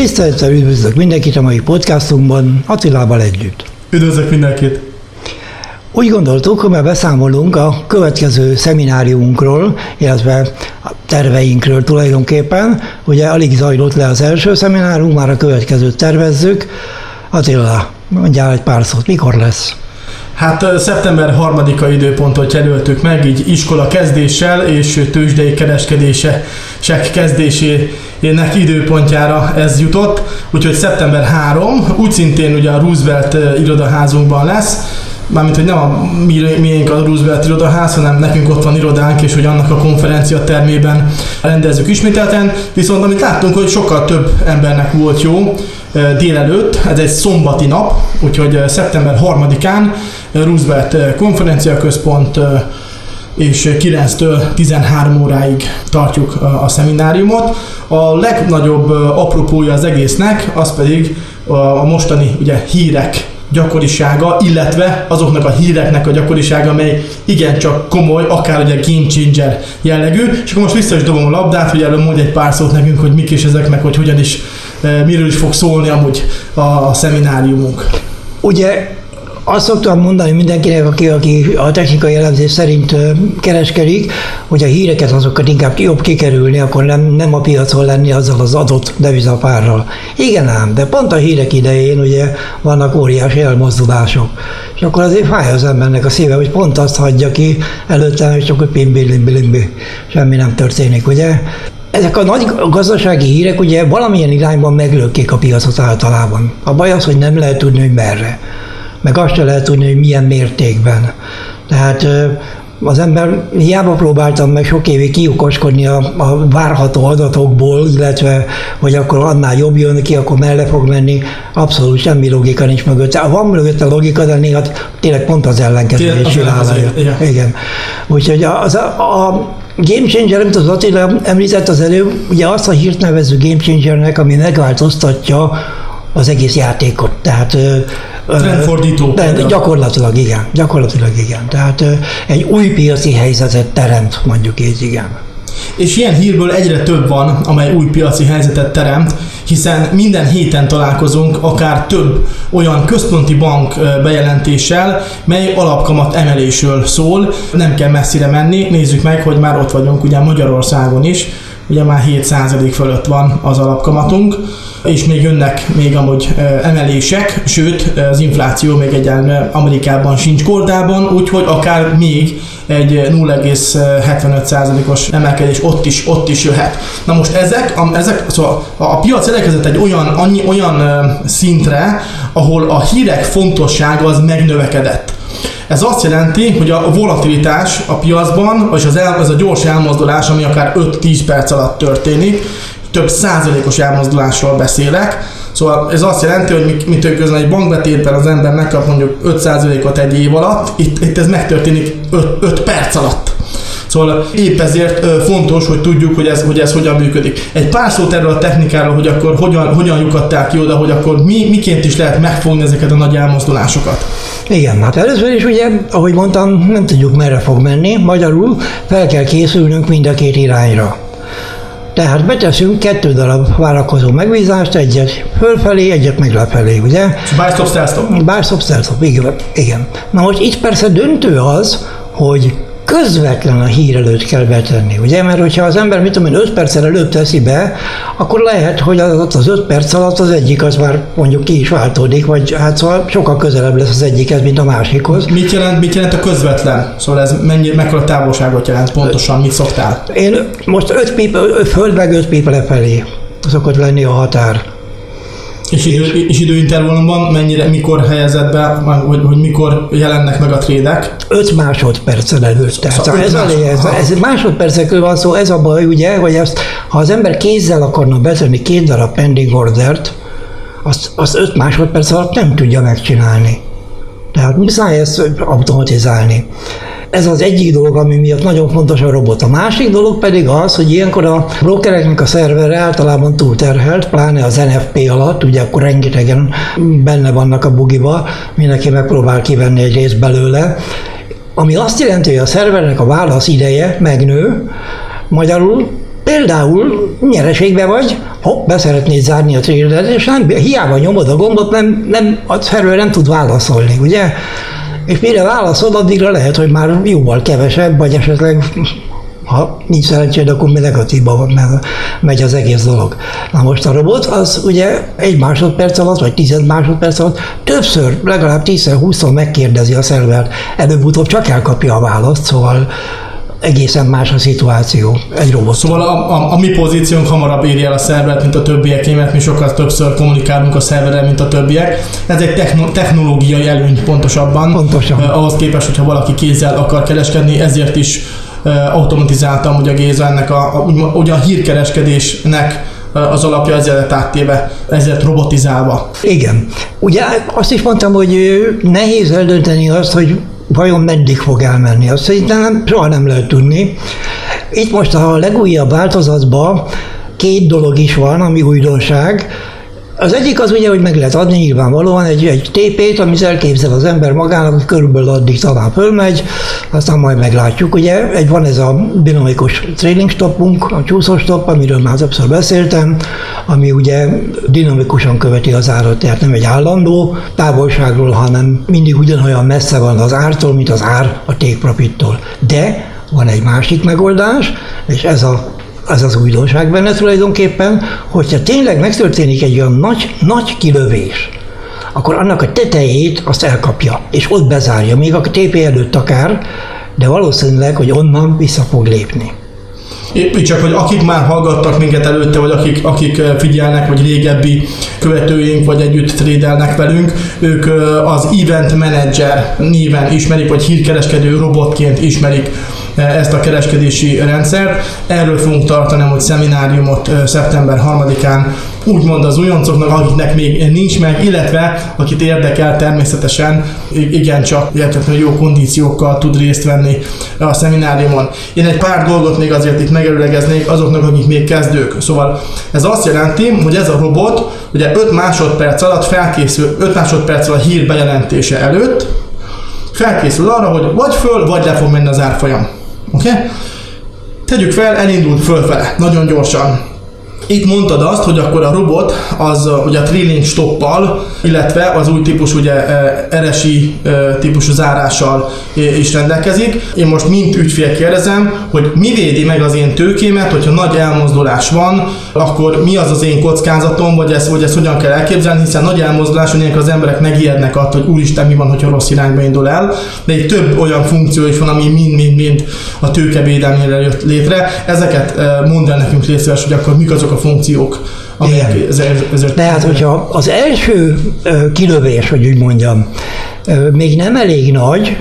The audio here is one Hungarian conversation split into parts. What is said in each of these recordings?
Tisztelettel üdvözlök mindenkit a mai podcastunkban Attilával együtt. Üdvözlök mindenkit! Úgy gondoltuk, hogy már beszámolunk a következő szemináriumunkról, illetve a terveinkről tulajdonképpen. Ugye alig zajlott le az első szeminárunk, már a következőt tervezzük. Attila, mondjál egy pár szót, mikor lesz? Hát szeptember 3-a időpontot jelöltük meg, így iskola kezdéssel és tőzsdei kereskedések kezdésének időpontjára ez jutott. Úgyhogy szeptember 3, úgy szintén ugye a Roosevelt irodaházunkban lesz, mármint, hogy nem a miénk a Roosevelt irodaház, hanem nekünk ott van irodánk, és hogy annak a konferencia termében rendezzük ismételten. Viszont amit láttunk, hogy sokkal több embernek volt jó délelőtt, ez egy szombati nap, úgyhogy szeptember 3-án Roosevelt konferenciaközpont, és 9-től 13 óráig tartjuk a szemináriumot. A legnagyobb apropója az egésznek, az pedig a mostani ugye, hírek gyakorisága, illetve azoknak a híreknek a gyakorisága, amely igencsak komoly, akár ugye game changer jellegű. És akkor most vissza is dobom a labdát, hogy erről mondj egy pár szót nekünk, hogy mik is ezek, meg hogy hogyan is, miről is fog szólni amúgy a szemináriumunk. Ugye azt szoktam mondani mindenkinek, aki a technikai elemzés szerint kereskedik, hogy a híreket azokat inkább jobb kikerülni, akkor nem a piacon lenni azzal az adott devizapárral. Igen ám, de pont a hírek idején ugye vannak óriási elmozdulások. És akkor azért fáj az embernek a szíve, hogy pont azt hagyja ki előtte, hogy csak hogy pimbi, semmi nem történik, ugye? Ezek a nagy gazdasági hírek ugye valamilyen irányban meglökik a piacot általában. A baj az, hogy nem lehet tudni, hogy merre. Meg azt se lehet tudni, hogy milyen mértékben. Tehát az ember hiába próbáltam meg sok évig kiukoskodni a várható adatokból, illetve hogy akkor annál jobb jön ki, akkor merre fog menni, abszolút semmi logika nincs mögötte. Van mögötte logika, de néha tényleg pont az ellenkezőjét csinálja. Igen. Úgyhogy a game changer, amit az Attila említett az előbb, ugye azt a hírt nevezzük game changernek, ami megváltoztatja az egész játékot. Tehát trendfordító. Gyakorlatilag igen. Tehát egy új piaci helyzetet teremt, mondjuk így, igen. És ilyen hírből egyre több van, amely új piaci helyzetet teremt, hiszen minden héten találkozunk akár több olyan központi bank bejelentéssel, mely alapkamat emelésről szól. Nem kell messzire menni, nézzük meg, hogy már ott vagyunk ugye Magyarországon is, ugye már 7% fölött van az alapkamatunk, és még jönnek még amúgy emelések, sőt az infláció még egyáltalán Amerikában sincs kordában, úgyhogy akár még egy 0,75%-os emelkedés ott is jöhet. Na most ezek szóval a piac elérkezett egy olyan szintre, ahol a hírek fontossága az megnövekedett. Ez azt jelenti, hogy a volatilitás a piacban, és ez a gyors elmozdulás, ami akár 5-10 perc alatt történik, több százalékos elmozdulásról beszélek. Szóval ez azt jelenti, hogy mint közben egy bankbetétben az ember megkap mondjuk 5%-ot egy év alatt, itt ez megtörténik 5 perc alatt. Szóval épp ezért fontos, hogy tudjuk, hogy ez hogyan működik. Egy pár szót erről a technikáról, hogy akkor hogyan lyukadtál ki oda, hogy akkor miként is lehet megfogni ezeket a nagy elmozdulásokat. Igen, hát először is ugye, ahogy mondtam, nem tudjuk merre fog menni, magyarul fel kell készülnünk mind a két irányra. Tehát beteszünk 2 darab várakozó megbízást, egyet fölfelé, egyet meg lefelé, ugye? Buy stop, sell stop. Buy stop, sell stop, igen. Na most itt persze döntő az, hogy közvetlen a hír előtt kell betenni, ugye? Mert hogyha az ember, 5 perccel előbb teszi be, akkor lehet, hogy az 5 perc alatt az egyik az már mondjuk ki is váltódik, vagy hát szóval sokkal közelebb lesz az egyikhez, mint a másikhoz. Mit jelent a közvetlen? Szóval ez mekkora távolságot jelent pontosan? Mit szoktál? Én most 5 pípa föld meg 5 pípa lefelé szokott lenni a határ. És időintervallumban mikor helyezed be, hogy mikor jelennek meg a trédek? 5 másodperccel előtt. Tehát ez másodpercekről van szó, ez a baj, ugye, hogy ha az ember kézzel akarna betenni 2 darab pending ordert, azt 5 másodperc alatt nem tudja megcsinálni. Tehát muszáj ezt automatizálni. Ez az egyik dolog, ami miatt nagyon fontos a robot. A másik dolog pedig az, hogy ilyenkor a brokereknek a szervere általában túlterhelt, pláne az NFP alatt, ugye akkor rengetegen benne vannak a bugiba, mindenki megpróbál kivenni egy részt belőle, ami azt jelenti, hogy a szervernek a válasz ideje megnő, magyarul Például nyereségbe vagy, be szeretnéd zárni a tradet, és hiába nyomod a gombot, a szerver nem tud válaszolni, ugye? És mire válaszol, addigra lehet, hogy már jóval kevesebb, vagy esetleg ha nincs szerencséd, akkor negatívba megy az egész dolog. Na most a robot az ugye 1 másodperc alatt, vagy 10 másodperc alatt többször, legalább 10-20-szor megkérdezi a szervert, előbb-utóbb csak elkapja a választ, szóval egészen más a szituáció egy robot. Szóval a mi pozíciónk hamarabb éri el a szervert, mint a többieké, mert mi sokkal többször kommunikálunk a szerverrel, mint a többiek. Ez egy technológiai előny pontosabban. Pontosan. Ahhoz képest, hogyha valaki kézzel akar kereskedni, ezért is automatizáltam, hogy a Géza ennek ugye a hírkereskedésnek az alapja ezzel lett áttéve, ezért robotizálva. Igen. Ugye azt is mondtam, hogy nehéz eldönteni azt, hogy vajon meddig fog elmenni. Azt szerintem soha nem lehet tudni. Itt most a legújabb változatban 2 dolog is van, ami újdonság. Az egyik az ugye, hogy meg lehet adni nyilvánvalóan egy TP-t, amit elképzel az ember magának, hogy körülbelül addig talán fölmegy, aztán majd meglátjuk. Ugye van ez a dinamikus trailing stopunk, a csúszóstopp, amiről már többször beszéltem, ami ugye dinamikusan követi az árat, tehát nem egy állandó távolságról, hanem mindig ugyanolyan messze van az ártól, mint az ár a take profittól. De van egy másik megoldás, és ez az újdonság benne tulajdonképpen, hogyha tényleg megtörténik egy olyan nagy kilövés, akkor annak a tetejét azt elkapja, és ott bezárja, még a TP előtt akár, de valószínűleg, hogy onnan vissza fog lépni. Épp csak, hogy akik már hallgattak minket előtte, vagy akik figyelnek, vagy régebbi követőink, vagy együtt trédelnek velünk, ők az Event Manager néven ismerik, vagy hírkereskedő robotként ismerik ezt a kereskedési rendszert. Erről fogunk tartani egy szemináriumot szeptember 3-án, úgymond az újoncoknak, akiknek még nincs meg, illetve akit érdekel természetesen, igencsak jó kondíciókkal tud részt venni a szemináriumon. Én egy pár dolgot még azért itt megelőlegeznék azoknak, akik még kezdők. Szóval ez azt jelenti, hogy ez a robot ugye 5 másodperc alatt felkészül, 5 másodperccel a hír bejelentése előtt felkészül arra, hogy vagy föl, vagy le fog menni az árfolyam. Oké? Tegyük fel, elindult fölfele, nagyon gyorsan. Itt mondtad azt, hogy akkor a robot az ugye a trailing stoppal, illetve az új típus ugye RSI típusú zárással is rendelkezik. Én most mint ügyfél kérdezem, hogy mi védi meg az én tőkémet, hogyha nagy elmozdulás van, akkor mi az én kockázatom, vagy ezt hogyan kell elképzelni, hiszen nagy elmozdulás, hogy az emberek megijednek attól, hogy úristen, mi van, hogyha rossz irányba indul el, de egy több olyan funkció is van, ami mind a tőkevédelmére jött létre. Ezeket mondd el nekünk légy szíves, hogy akkor mik azok a funkciók, amelyek ezért... Tehát, hogyha az első kilövés, hogy úgy mondjam, még nem elég nagy,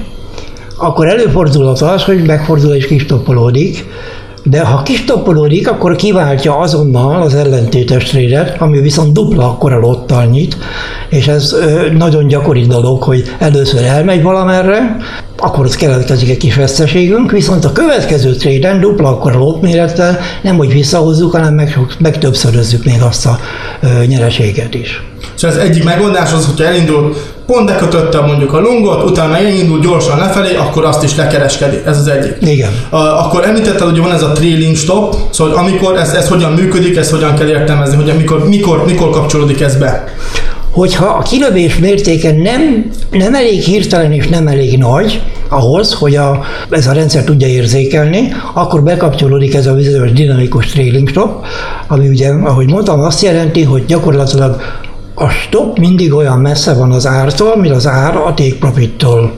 akkor előfordulhat az, hogy megfordul és kistoppolódik, de ha kistoppolódik, akkor kiváltja azonnal az ellentétes tradet, ami viszont dupla akkora lottal nyit, és ez nagyon gyakori dolog, hogy először elmegy valamerre, akkor ott keletkezik egy kis veszteségünk, viszont a következő traden dupla akkora lottmérettel nem hogy visszahozzuk, hanem meg többszörözzük még azt a nyereséget is. És az egyik megoldás az, hogyha elindul, pont bekötötte mondjuk a longot, utána meg elindul gyorsan lefelé, akkor azt is lekereskedi. Ez az egyik. Igen. Akkor említetted, hogy van ez a trailing stop, szóval amikor ez hogyan működik, ezt hogyan kell értelmezni, hogy mikor kapcsolódik ez be? Hogyha a kilövés mértéke nem elég hirtelen és nem elég nagy ahhoz, hogy ez a rendszer tudja érzékelni, akkor bekapcsolódik ez a bizonyos dinamikus trailing stop, ami ugye, ahogy mondtam, azt jelenti, hogy gyakorlatilag a stop mindig olyan messze van az ártól, mint az ár a take profittól.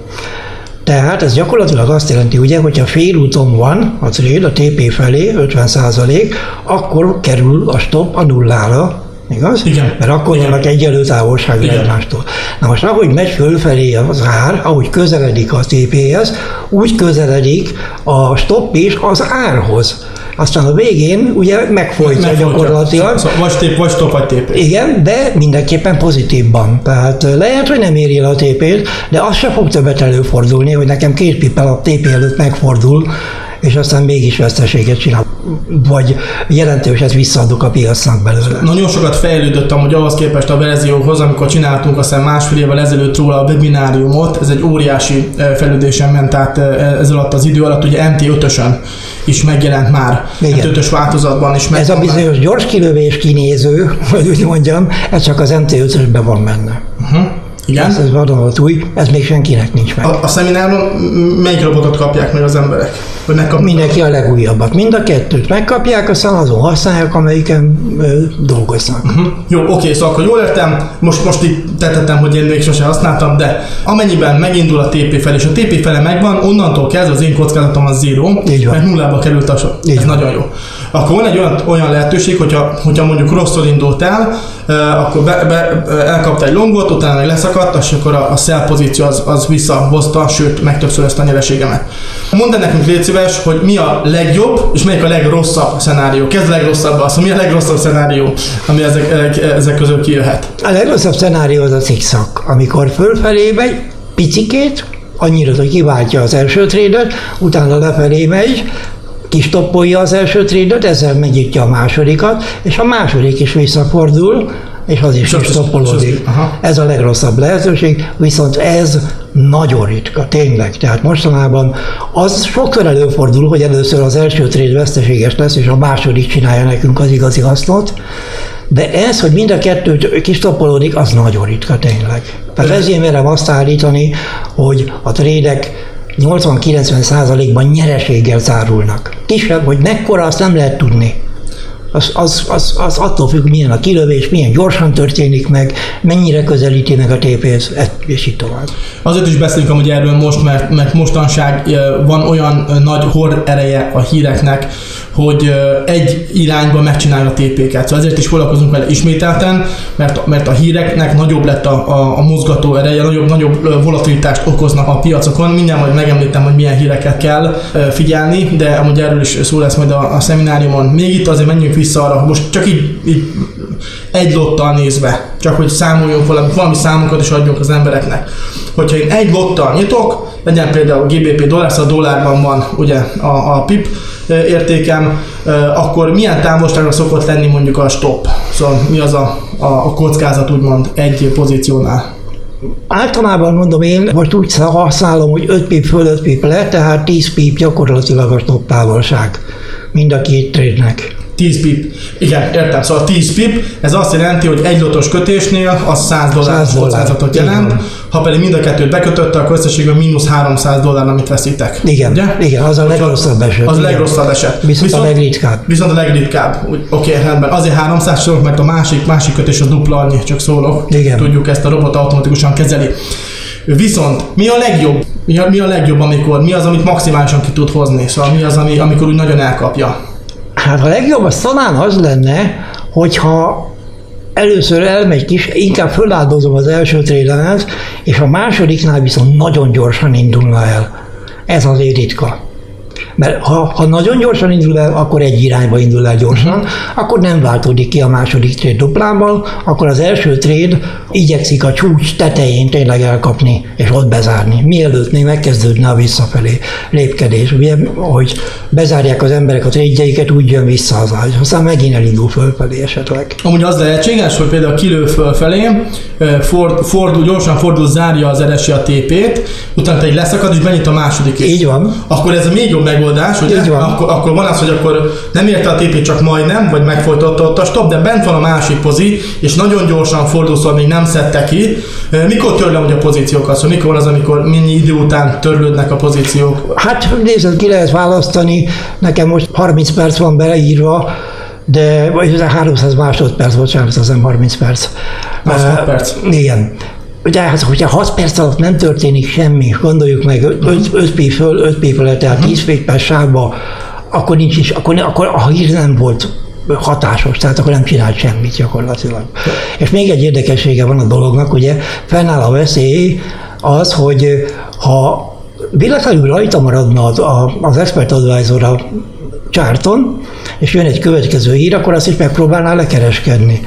Tehát ez gyakorlatilag azt jelenti, ugye, hogyha félúton van a trade a TP felé, 50%, akkor kerül a stop a nullára, igaz? Igen. Mert akkor vannak egyenlő távolságra egymástól. Na most ahogy megy fölfelé az ár, ahogy közeledik a TP-hez, úgy közeledik a stop is az árhoz. Aztán a végén ugye megfojtja gyakorlatilag. Vagy stop, vagy TP. Igen, de mindenképpen pozitívban. Tehát lehet, hogy nem éri el a TP-t, de az se fog többet előfordulni, hogy nekem 2 pippel a TP előtt megfordul, és aztán mégis veszteséget csinál, vagy jelentőset visszaadok a piacnak belőle. Nagyon sokat fejlődött amúgy ahhoz képest a verzióhoz, amikor csináltunk aztán másfél évvel ezelőtt róla a webináriumot, ez egy óriási fejlődésen ment át ez alatt az idő alatt, ugye MT5-ösön. is megjelent már. Igen. 5-ös változatban is. Ez a bizonyos gyors kilövés kinéző, hogy úgy mondjam, ez csak az MT-5-ösben van benne. Igen. Ez vadonat új, ez még senkinek nincs meg. A szemináron melyik robotot kapják meg az emberek? Mindenki a legújabbat. Mind a kettőt megkapják, aztán azon használják, amelyiken dolgoznak. Jó, oké, szóval akkor jól értem, most így tettem, hogy én még sose használtam, de amennyiben megindul a TP fel, és a TP fele megvan, onnantól kezdve az én kockázatom az 0, mert nullába került a sor. Ez nagyon jó. Akkor van egy olyan lehetőség, hogyha mondjuk rosszul indult el, akkor elkapta egy longot, utána meg leszakadt, és akkor a sell pozíció az visszahozta, sőt, megtöbbszörözte a nyereségemet. Mondd nekünk, légy szíves, hogy mi a legjobb, és melyik a legrosszabb szenárió. Kezd a legrosszabb, azt mi a legrosszabb szenárió, ami ezek közül kijöhet? A legrosszabb szenárió az a cikszak, amikor fölfelé megy, picikét, annyira, hogy kiváltja az első trédet, utána lefelé megy, kistoppolja az első trédet, ezzel megnyitja a másodikat, és a második is visszafordul, és az is kistoppolódik. Ez a legrosszabb lehetőség, viszont ez nagyon ritka, tényleg. Tehát mostanában az sokszor előfordul, hogy először az első tréd veszteséges lesz, és a második csinálja nekünk az igazi hasznot, de ez, hogy mind a kettőt kistoppolódik, az nagyon ritka tényleg. Tehát ezért merem azt állítani, hogy a trédek 80-90%-ban nyereséggel zárulnak. Kisebb, hogy mekkora, azt nem lehet tudni. Az attól függ, milyen a kilövés, milyen gyorsan történik meg, mennyire közelíti meg a TP-hez, és így tovább. Azért is beszélünk amúgy erről most, mert mostanság van olyan nagy hord ereje a híreknek, hogy egy irányba megcsinálja a TP-ket. Szóval ezért is foglalkozunk vele ismételten, mert a híreknek nagyobb lett a mozgató ereje, nagyobb volatilitást okoznak a piacokon. Mindjárt majd megemlítem, hogy milyen híreket kell figyelni, de amúgy erről is szó lesz majd a szemináriumon. Még itt azért menjünk vissza arra, most csak így egy lottal nézve, csak hogy számoljunk valami számokat és adjunk az embereknek. Hogyha én egy lottal nyitok, legyen például GBP dollár, szóval dollárban van ugye a PIP értékem, akkor milyen távolságra szokott lenni mondjuk a stop? Szóval mi az a kockázat úgymond egy pozíciónál? Általában mondom én, most úgy használom, hogy 5 pip föl, 5 pip le, tehát 10 pip gyakorlatilag a stop távolság mind a két trade-nek. 10 pip. Igen, értem. Szóval 10 pip, ez azt jelenti, hogy egy lotos kötésnél az $100 kockázatot jelent. Ha pedig mind a kettőt bekötötte, akkor összességben $300, amit veszítek. Igen, ugye? Igen, az a legrosszabb eset. Az a legrosszabb eset. Viszont a legritkább. Viszont a legritkább. Oké, rendben. Azért 300 sorok, mert a másik kötés a dupla annyi, csak szólok. Igen. Tudjuk, ezt a robot automatikusan kezeli. Viszont mi a legjobb? Mi a legjobb, amikor? Mi az, amit maximálisan ki tud hozni? Szóval mi az, amikor úgy nagyon elkapja? Hát a legjobb az talán az lenne, hogyha először elmegy inkább föláldozom az első trédemet, és a másodiknál viszont nagyon gyorsan indulna el. Ez azért ritka. Mert ha nagyon gyorsan indul el, akkor egy irányba indul el gyorsan, akkor nem váltódik ki a második trade duplával, akkor az első trade igyekszik a csúcs tetején tényleg elkapni, és ott bezárni. Mielőtt még megkezdődne a visszafelé lépkedés. Ugye, hogy bezárják az emberek a trade-jeiket, úgy jön vissza az ágy, aztán megint elindul fölfelé esetleg. Amúgy az lehetséges, hogy például kilő fölfelé, gyorsan fordul, zárja az RSI a TP-t, utána pedig leszakad, és benyit a második. Így van. Akkor ez a még jobb megoldás, ugye? Akkor van az, hogy akkor nem érte a TP csak majdnem, vagy megfojtotta ott a stop, de bent van a másik pozi, és nagyon gyorsan fordul, szóval még nem szedte ki. Mikor törlöm ugye a pozíciókat? Szóval mikor az, amikor mennyi idő után törlődnek a pozíciók? Hát nézd, ki lehet választani. Nekem most 30 perc van beleírva, de vagy 300 másodperc, bocsánat, az nem 30 perc. 6 perc. Igen. Ugye, hát, hogyha 6 perc alatt nem történik semmi, gondoljuk meg 5 pip föl, 5 pip le, tehát 10 pip-es sávba, akkor nincs is, akkor a hír nem volt hatásos, tehát akkor nem csinált semmit gyakorlatilag. És még egy érdekessége van a dolognak, ugye fennáll a veszély az, hogy ha véletlenül rajta maradna az expert advisor a charton, és jön egy következő hír, akkor azt is megpróbálná lekereskedni.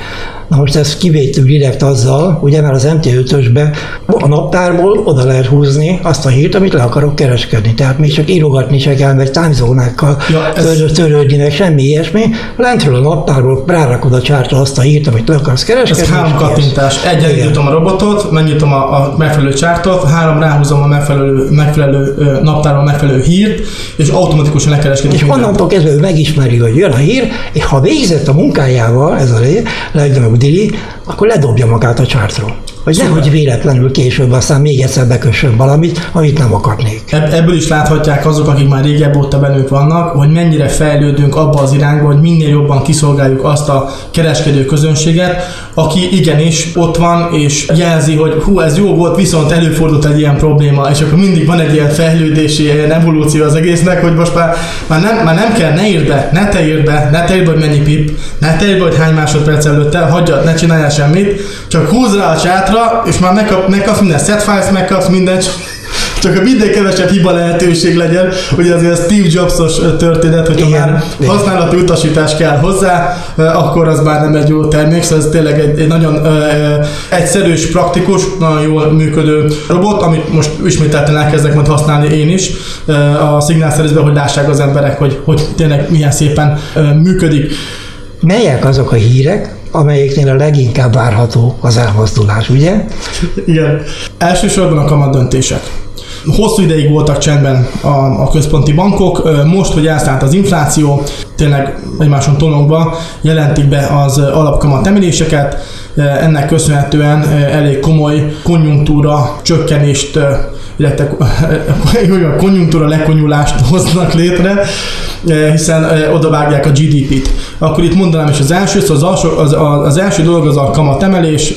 Na most ezt kivétük direkt azzal, ugye, mert az MT5-ösbe a naptárból oda lehet húzni azt a hírt, amit le akarok kereskedni. Tehát még csak írogatni se kell, meg timezónákkal törődni, meg semmi ilyesmi. Lentről a naptárból rárakod a csártra azt a hírt, amit le akarsz kereskedni. Ez 3 kattintás. Nyitom a robotot, megnyitom a megfelelő csártot, 3 ráhúzom a megfelelő naptárban megfelelő hírt, és automatikusan lekereskedik. És onnantól kezdve ő megismeri, hogy jön a hír, és ha végzett a munkájával, ez a legnagyobb dili, akkor ledobja magát a csártról. Hogy nehogy véletlenül később aztán még egyszer bekössön valamit, amit nem akarnék. Ebből is láthatják azok, akik már régebb óta bennünk vannak, hogy mennyire fejlődünk abba az irányba, hogy minél jobban kiszolgáljuk azt a kereskedő közönséget, aki igenis ott van és jelzi, hogy hú, ez jó volt, viszont előfordult egy ilyen probléma, és akkor mindig van egy ilyen fejlődési, ilyen evolúció az egésznek, hogy most már nem kell, ne írd be, ne te írd be, hogy mennyi pip, ne te írd be, hogy hány másodperc előtte, hagyjad, ne csináljál semmit, csak húzz rá a csátra, és már megkapsz minden set files, megkapsz mindent, csak a minden kevesebb hiba lehetőség legyen, ugye azért a Steve Jobs-os történet, hogyha már használati utasítás kell hozzá, akkor az már nem egy jó termék, szóval ez tényleg egy nagyon egyszerű és praktikus, nagyon jól működő robot, amit most ismételten elkezdek majd használni én is a Signal Service-ben, hogy lássák az emberek, hogy tényleg milyen szépen működik. Melyek azok a hírek, amelyeknél a leginkább várható az elmozdulás, ugye? Igen. Elsősorban a kamatdöntések. Hosszú ideig voltak csendben a központi bankok, most, hogy elszállt az infláció, tényleg egymáson tolongva jelentik be az alapkamat emeléseket, ennek köszönhetően elég komoly konjunktúra csökkenést, illetve konjunktúra lekonyulást hoznak létre, hiszen odavágják a GDP-t. Akkor itt mondanám is az első, szóval az első dolog az a kamatemelés,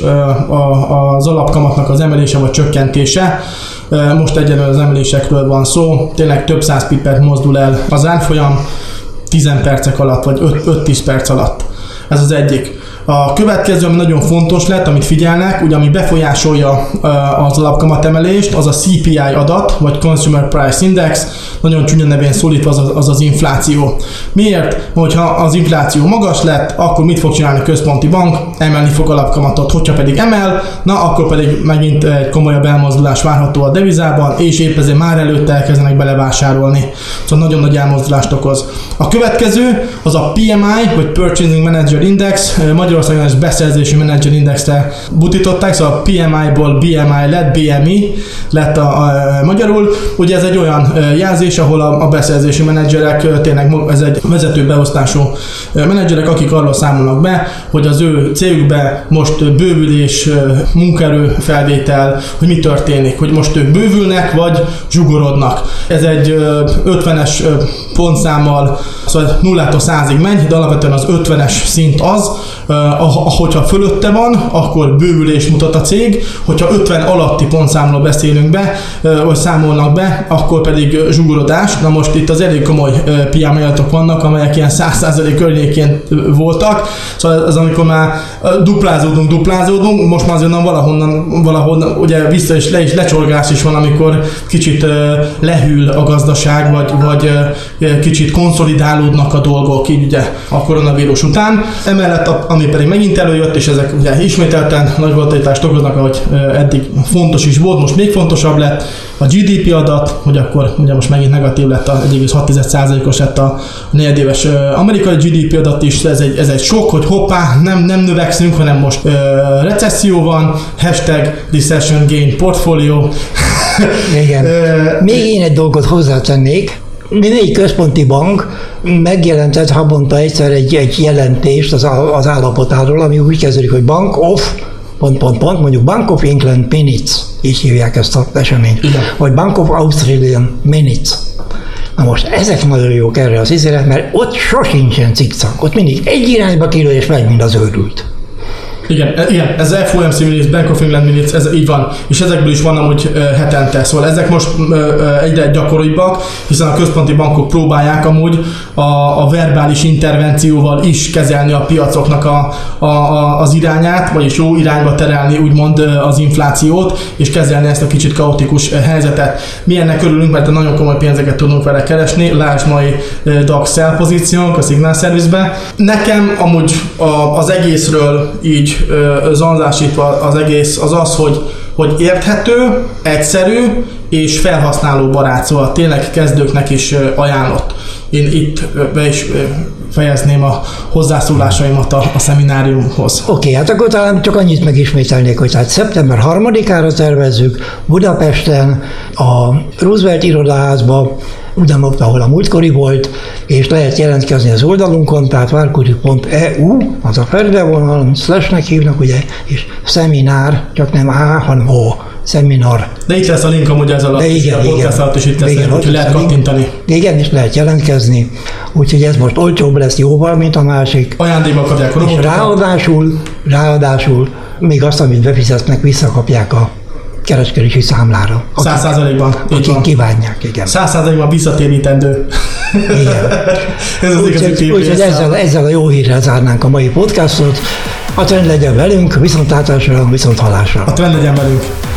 az alapkamatnak az emelése vagy csökkentése. Most egyenlően az emelésekről van szó, tényleg több száz pipet mozdul el az árfolyam 10 percek alatt, vagy 5-10 perc alatt. Ez az egyik. A következő, ami nagyon fontos lett, amit figyelnek, ugye ami befolyásolja az alapkamatemelést, az a CPI adat, vagy Consumer Price Index, nagyon csúnya nevén szólítva az infláció. Miért? Hogyha az infláció magas lett, akkor mit fog csinálni a központi bank? Emelni fog alapkamatot. Hogyha pedig emel, na akkor pedig megint egy komolyabb elmozdulás várható a devizában, és épp ezért már előtte elkezdenek belevásárolni. Szóval nagyon nagy elmozdulást okoz. A következő az a PMI, vagy Purchasing Manager Index, Magyarországon is beszerzési menedzser indexre butították, szóval a PMI-ból BMI lett, BMI lett a magyarul. Ugye ez egy olyan jelzés, ahol a beszerzési menedzserek, tényleg ez egy vezető beosztású menedzserek, akik arról számolnak be, hogy az ő cégükben most bővülés, munkaerő felvétel, hogy mi történik, hogy most ők bővülnek, vagy zsugorodnak. Ez egy 50-es pontszámmal, szóval 0-tól 100-ig megy, de alapvetően az 50-es szint az, hogyha fölötte van, akkor bővülés mutat a cég, hogyha 50 alatti pontszámról beszélünk be, vagy számolnak be, akkor pedig zsugorodás. Na most itt az elég komoly PMI adatok vannak, amelyek ilyen 100% környékén voltak, szóval az amikor már duplázódunk, most már azért valahonnan ugye vissza és lecsorgás is van, amikor kicsit lehűl a gazdaság, vagy kicsit konszolidálódnak a dolgok, így ugye a koronavírus után. Emellett, ami pedig megint előjött, és ezek ugye ismételten nagy volatilitást okoznak, ahogy eddig fontos is volt, most még fontosabb lett a GDP adat, hogy akkor ugye most megint negatív lett, 1,6%-os lett a negyedéves amerikai GDP adat is, ez egy sok, hogy hoppá, nem növekszünk, hanem most recesszió van, #recession gain portfolio. Igen. Még én egy dolgot hozzátennék. Négy központi bank megjelentett havonta egyszer egy jelentést az állapotáról, ami úgy kezdődik, hogy Bank of mondjuk Bank of England Minutes, így hívják ezt az eseményt, vagy Bank of Australian Minutes. Na most ezek nagyon jók erre az izére, mert ott sosincsen cikcak, ott mindig egy irányba kilő és megy, mint az őrült. Igen, ez FOMC Minutes, Bank of England Minutes, ez így van, és ezekből is van amúgy hetente, szóval ezek most egyre gyakoribbak, hiszen a központi bankok próbálják amúgy a verbális intervencióval is kezelni a piacoknak az irányát, vagyis jó irányba terelni úgymond az inflációt, és kezelni ezt a kicsit kaotikus helyzetet. Mi ennek örülünk, mert nagyon komoly pénzeket tudunk vele keresni, lásd mai DAX sell pozíciónk a Signal Service-be. Nekem amúgy az egészről így így zanzásítva az egész, az, hogy érthető, egyszerű és felhasználó barát, szóval tényleg kezdőknek is ajánlott. Én itt be is fejezném a hozzászólásaimat a szemináriumhoz. Oké, hát akkor talán csak annyit megismételnék, hogy tehát szeptember 3-ára tervezzük Budapesten, a Roosevelt irodaházba, ugyanott, ahol a múltkori volt, és lehet jelentkezni az oldalunkon, tehát várkudi.eu, az a fedélvonal, /nek hívnak, ugye, és szeminár, csak nem A, hanem O, szeminar. De itt lesz a link amúgy ez alatt, és a podcast alatt is itt lesz, úgyhogy lehet kattintani. Igen, és lehet jelentkezni, úgyhogy ez most olcsóbb lesz jóval, mint a másik. Ajándékba kapják a robotokat. És ráadásul még azt, amit befizetnek, visszakapják a kereskedési számlára. 100%-ban. Akik kívánják, igen. 100%-ban visszatérítendő. Igen. Ez az igazi úgyhogy ezzel a jó hírrel zárnánk a mai podcastot. A trend legyen velünk, viszontlátásra, viszonthallásra. A trend legyen velünk.